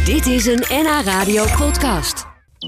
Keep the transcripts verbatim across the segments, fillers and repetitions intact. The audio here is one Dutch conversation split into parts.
Dit is een N H Radio podcast.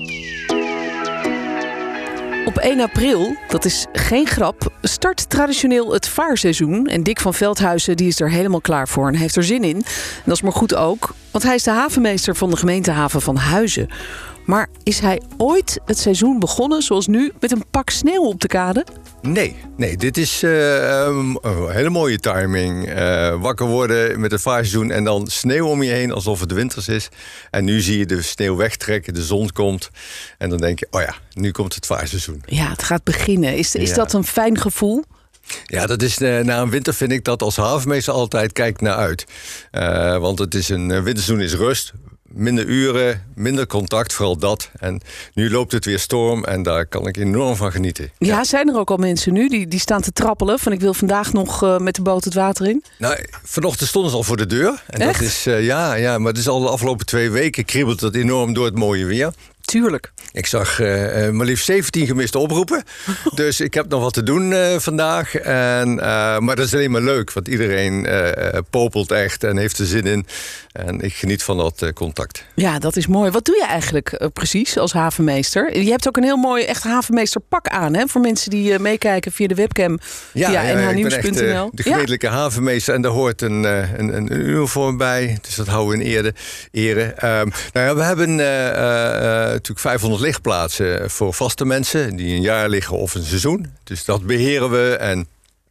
Op één april, dat is geen grap, start traditioneel het vaarseizoen. En Dick van Veldhuizen die is er helemaal klaar voor en heeft er zin in. En dat is maar goed ook, want hij is de havenmeester van de gemeentehaven van Huizen. Maar is hij ooit het seizoen begonnen zoals nu met een pak sneeuw op de kade? Nee, nee, dit is uh, um, een hele mooie timing. Uh, wakker worden met het vaarseizoen en dan sneeuw om je heen alsof het winters is. En nu zie je de sneeuw wegtrekken, de zon komt. En dan denk je, oh ja, nu komt het vaarseizoen. Ja, het gaat beginnen. Is, is ja. dat een fijn gevoel? Ja, dat is, uh, na een winter vind ik dat als havenmeester altijd kijk naar uit. Uh, want het is een uh, winterseizoen is rust. Minder uren, minder contact, vooral dat. En nu loopt het weer storm en daar kan ik enorm van genieten. Ja, ja. Zijn er ook al mensen nu die, die staan te trappelen van ik wil vandaag nog uh, met de boot het water in? Nou, vanochtend stonden ze al voor de deur. En Echt? dat is, uh, ja, ja, maar het is al de afgelopen twee weken kriebelt het enorm door het mooie weer. Tuurlijk. Ik zag uh, uh, maar liefst zeventien gemiste oproepen. Dus ik heb nog wat te doen uh, vandaag. En, uh, maar dat is alleen maar leuk, want iedereen uh, popelt echt en heeft er zin in. En ik geniet van dat uh, contact. Ja, dat is mooi. Wat doe je eigenlijk uh, precies als havenmeester? Je hebt ook een heel mooi echt havenmeesterpak aan, hè? Voor mensen die uh, meekijken via de webcam, ja, via ja, n h nieuws punt n l. Ik ben echt uh, de gemeentelijke ja. havenmeester en daar hoort een, uh, een, een uniform bij. Dus dat houden we in ere. ere. Um, nou ja, we hebben uh, uh, natuurlijk vijfhonderd lichtplaatsen voor vaste mensen die een jaar liggen of een seizoen. Dus dat beheren we en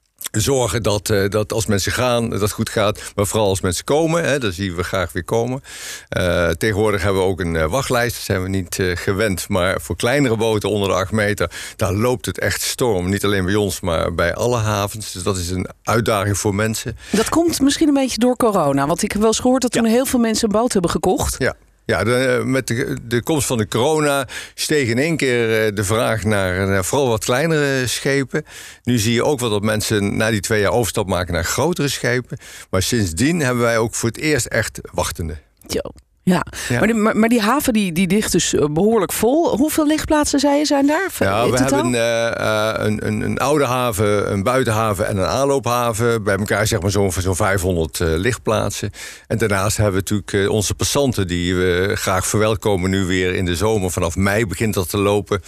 zorgen dat, uh, dat als mensen gaan, dat het goed gaat. Maar vooral als mensen komen, hè, dan zien we graag weer komen. Uh, tegenwoordig hebben we ook een uh, wachtlijst. Dat zijn we niet uh, gewend. Maar voor kleinere boten onder de acht meter, daar loopt het echt storm. Niet alleen bij ons, maar bij alle havens. Dus dat is een uitdaging voor mensen. Dat komt misschien een beetje door corona. Want ik heb wel eens gehoord dat toen ja. heel veel mensen een boot hebben gekocht. Ja. Ja, de, met de, de komst van de corona steeg in één keer de vraag naar, naar vooral wat kleinere schepen. Nu zie je ook wel dat mensen na die twee jaar overstap maken naar grotere schepen. Maar sindsdien hebben wij ook voor het eerst echt wachtenden. Jo. Ja, ja. Maar, die, maar, maar die haven die, die ligt dus behoorlijk vol. Hoeveel lichtplaatsen, zei je, zijn daar? Ja, we hebben uh, uh, een, een, een oude haven, een buitenhaven en een aanloophaven. Bij elkaar zeg maar zo'n zo'n vijfhonderd uh, lichtplaatsen. En daarnaast hebben we natuurlijk uh, onze passanten die we graag verwelkomen nu weer in de zomer. Vanaf mei begint dat te lopen.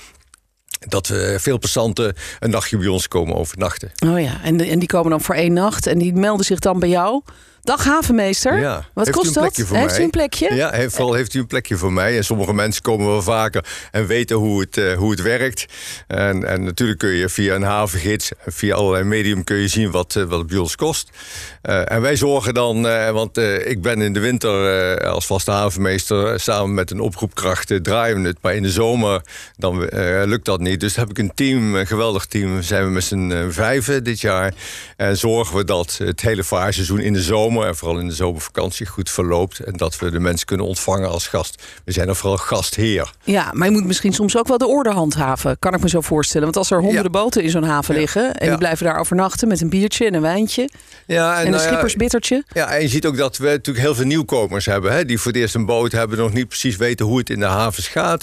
Dat we veel passanten een nachtje bij ons komen overnachten. Oh ja, en, de, en die komen dan voor één nacht en die melden zich dan bij jou. Dag havenmeester, ja. wat heeft kost dat? Heeft mij? u een plekje? Ja, heeft, vooral heeft u een plekje voor mij. En sommige mensen komen wel vaker en weten hoe het, uh, hoe het werkt. En, en natuurlijk kun je via een havengids, via allerlei medium kun je zien wat, uh, wat het bij ons kost. Uh, en wij zorgen dan, uh, want uh, ik ben in de winter uh, als vaste havenmeester uh, samen met een oproepkracht uh, draaien we het. Maar in de zomer dan uh, lukt dat niet. Dus dan heb ik een team, een geweldig team. Zijn we met z'n uh, vijven dit jaar. En zorgen we dat het hele vaarseizoen in de zomer en vooral in de zomervakantie goed verloopt. En dat we de mensen kunnen ontvangen als gast. We zijn er vooral gastheer. Ja, maar je moet misschien soms ook wel de orde handhaven. Kan ik me zo voorstellen. Want als er honderden ja. boten in zo'n haven ja. liggen. En ja. die blijven daar overnachten met een biertje en een wijntje. Ja, en, en een nou schippersbittertje. Ja, en je ziet ook dat we natuurlijk heel veel nieuwkomers hebben. Hè, die voor het eerst een boot hebben. Nog niet precies weten hoe het in de havens gaat.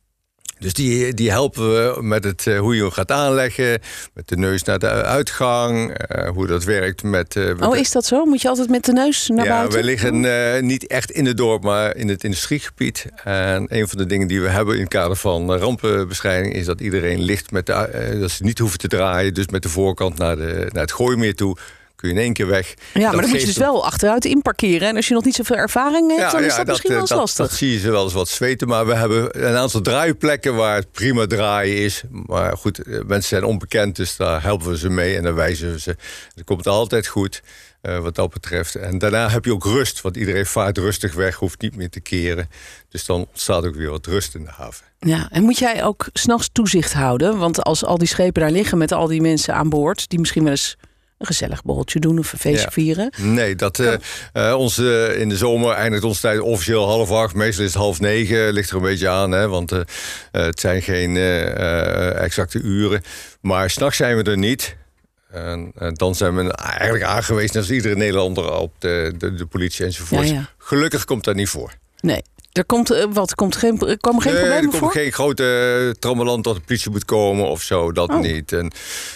Dus die, die helpen we met het, uh, hoe je hem gaat aanleggen. Met de neus naar de uitgang. Uh, hoe dat werkt met... Uh, oh, is dat zo? Moet je altijd met de neus naar ja, buiten? Ja, we liggen uh, niet echt in het dorp, maar in het industriegebied. En een van de dingen die we hebben in het kader van rampenbestrijding is dat iedereen ligt met de... Uh, dat ze niet hoeven te draaien, dus met de voorkant naar, de, naar het Gooimeer toe. Kun je in één keer weg. Ja, maar dan moet je dus wel achteruit inparkeren. En als je nog niet zoveel ervaring hebt, ja, dan is ja, dat, dat misschien wel eens dat, lastig. Dat zie je ze wel eens wat zweten. Maar we hebben een aantal draaiplekken waar het prima draaien is. Maar goed, mensen zijn onbekend, dus daar helpen we ze mee. En dan wijzen we ze. Dat komt altijd goed, uh, wat dat betreft. En daarna heb je ook rust, want iedereen vaart rustig weg, hoeft niet meer te keren. Dus dan ontstaat ook weer wat rust in de haven. Ja, en moet jij ook 's nachts toezicht houden? Want als al die schepen daar liggen met al die mensen aan boord, die misschien wel eens een gezellig borreltje doen of een feestje ja. vieren? Nee, dat uh, uh, onze, in de zomer eindigt onze tijd officieel half acht. Meestal is het half negen, ligt er een beetje aan. Hè, want uh, uh, het zijn geen uh, uh, exacte uren. Maar 's nachts zijn we er niet. En, en dan zijn we eigenlijk aangewezen als iedere Nederlander op de, de, de politie enzovoort. Ja, ja. Gelukkig komt dat niet voor. Nee. Er komt, uh, wat, komt geen, er komen geen nee, problemen er komt voor? geen grote uh, trammeland dat de politie moet komen of zo, dat oh. niet. En,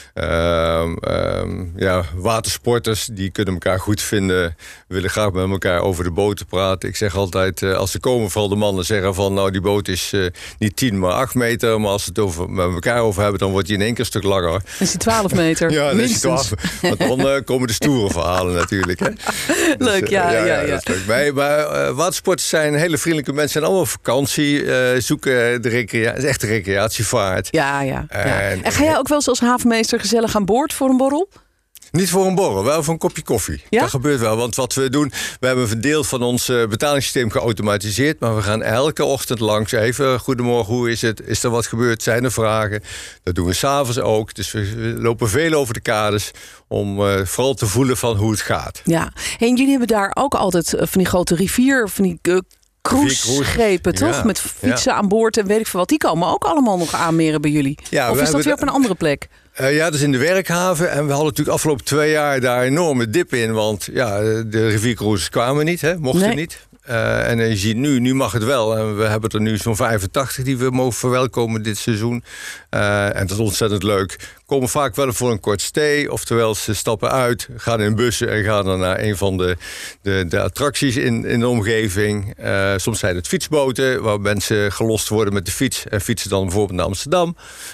uh, uh, ja, watersporters die kunnen elkaar goed vinden, willen graag met elkaar over de boten praten. Ik zeg altijd, uh, als ze komen, vooral de mannen zeggen van, nou die boot is uh, niet tien, maar acht meter. Maar als ze het over, met elkaar over hebben, dan wordt die in één keer een stuk langer. Is die twaalf meter? Ja, minstens. Is twaalf, want dan uh, komen de stoere verhalen natuurlijk. Hè. Leuk, dus, uh, ja, ja, ja, ja. Dat is leuk. Maar, maar uh, watersporters zijn hele vriendelijke mensen, zijn allemaal op vakantie, uh, zoeken de recrea- het is echt een recreatievaart. Ja, ja, ja. En, en ga jij ook wel eens als havenmeester gezellig aan boord voor een borrel? Niet voor een borrel, wel voor een kopje koffie. Ja? Dat gebeurt wel, want wat we doen, we hebben een deel van ons uh, betalingssysteem geautomatiseerd, maar we gaan elke ochtend langs even, goedemorgen, hoe is het? Is er wat gebeurd? Zijn er vragen? Dat doen we 's avonds ook. Dus we, we lopen veel over de kades om uh, vooral te voelen van hoe het gaat. Ja, en jullie hebben daar ook altijd uh, van die grote rivier, van die uh, cruiseschepen, toch? Ja, Met fietsen ja. aan boord en weet ik veel wat. Die komen ook allemaal nog aanmeren bij jullie. Ja, of is dat weer op een andere plek? Uh, ja, dat is in de werkhaven. En we hadden natuurlijk afgelopen twee jaar daar enorme dip in. Want ja, de riviercruises kwamen niet, hè, mochten nee. niet. Uh, en je ziet nu, nu mag het wel. En we hebben er nu zo'n vijfentachtig die we mogen verwelkomen dit seizoen. Uh, en dat is ontzettend leuk. Komen vaak wel voor een kort stay. Oftewel, ze stappen uit, gaan in bussen en gaan dan naar een van de, de, de attracties in, in de omgeving. Uh, soms zijn het fietsboten, waar mensen gelost worden met de fiets. En fietsen dan bijvoorbeeld naar Amsterdam.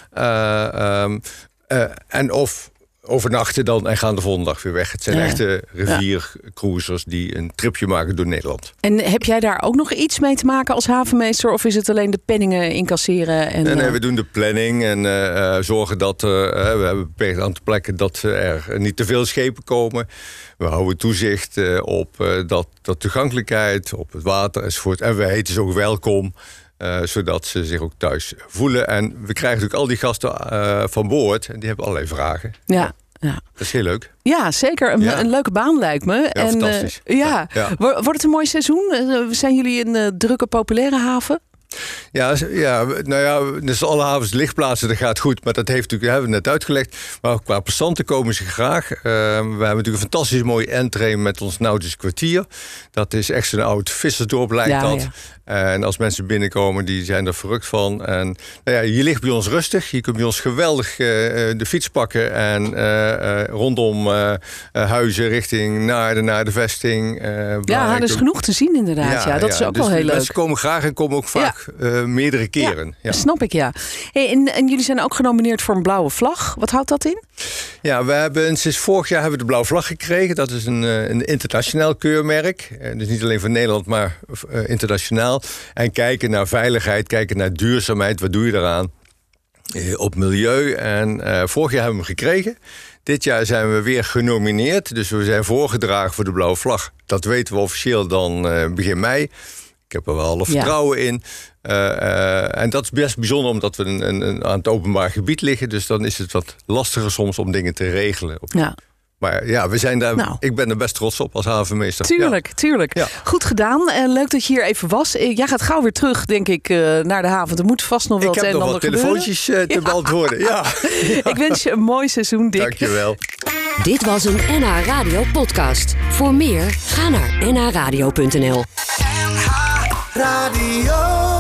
Uh, um, uh, en of overnachten dan en gaan de volgende dag weer weg. Het zijn ja. echte riviercruisers die een tripje maken door Nederland. En heb jij daar ook nog iets mee te maken als havenmeester? Of is het alleen de penningen incasseren? En, nee, nee, we doen de planning en uh, zorgen dat... Uh, we hebben een beperkt aantal plekken dat er niet te veel schepen komen. We houden toezicht uh, op uh, dat, dat toegankelijkheid, op het water enzovoort. En we heten ze ook welkom. Uh, zodat ze zich ook thuis voelen. En we krijgen natuurlijk al die gasten uh, van boord. En die hebben allerlei vragen. Ja, ja. Dat is heel leuk. Ja, zeker. Een, ja. een leuke baan lijkt me. Ja, en, fantastisch. Uh, ja. Ja. Wordt het een mooi seizoen? Uh, zijn jullie een uh, drukke, populaire haven? Ja, ja, nou ja, dus alle havens lichtplaatsen, dat gaat goed. Maar dat heeft natuurlijk, hebben we net uitgelegd. Maar qua passanten komen ze graag. Uh, we hebben natuurlijk een fantastisch mooie entree met ons Nautisch Kwartier. Dat is echt zo'n oud vissersdorp, lijkt ja, dat. Ja. En als mensen binnenkomen, die zijn er verrukt van. En nou ja, je ligt bij ons rustig. Je kunt bij ons geweldig uh, de fiets pakken. En uh, uh, rondom uh, uh, huizen richting Naarden, naar de vesting. Uh, ja, dat is genoeg te zien inderdaad. Ja, ja dat ja, is ook dus wel heel leuk. Mensen komen graag en komen ook vaak ja. uh, meerdere keren. Ja, ja. Snap ik, ja. Hey, en, en jullie zijn ook genomineerd voor een blauwe vlag. Wat houdt dat in? Ja, we hebben sinds vorig jaar hebben we de blauwe vlag gekregen. Dat is een, een internationaal keurmerk. Dus niet alleen voor Nederland, maar uh, internationaal. En kijken naar veiligheid, kijken naar duurzaamheid. Wat doe je daaraan? Uh, op milieu. En uh, vorig jaar hebben we hem gekregen. Dit jaar zijn we weer genomineerd. Dus we zijn voorgedragen voor de blauwe vlag. Dat weten we officieel dan uh, begin mei. Ik heb er wel alle vertrouwen ja. in. Uh, uh, en dat is best bijzonder omdat we een, een, een, aan het openbaar gebied liggen. Dus dan is het wat lastiger soms om dingen te regelen. Op, ja. Maar ja, we zijn daar, nou. ik ben er best trots op als havenmeester. Tuurlijk, ja. tuurlijk. Ja. Goed gedaan. En leuk dat je hier even was. Jij gaat gauw weer terug, denk ik, naar de haven. Er moet vast nog wel ik het en ander ander gebeuren. Ik heb nog wat telefoontjes uh, te ja. beantwoorden. Ja. ja. Ik wens je een mooi seizoen, Dick. Dank je wel. Dit was een N H Radio podcast. Voor meer, ga naar n h radio punt n l. N H Radio.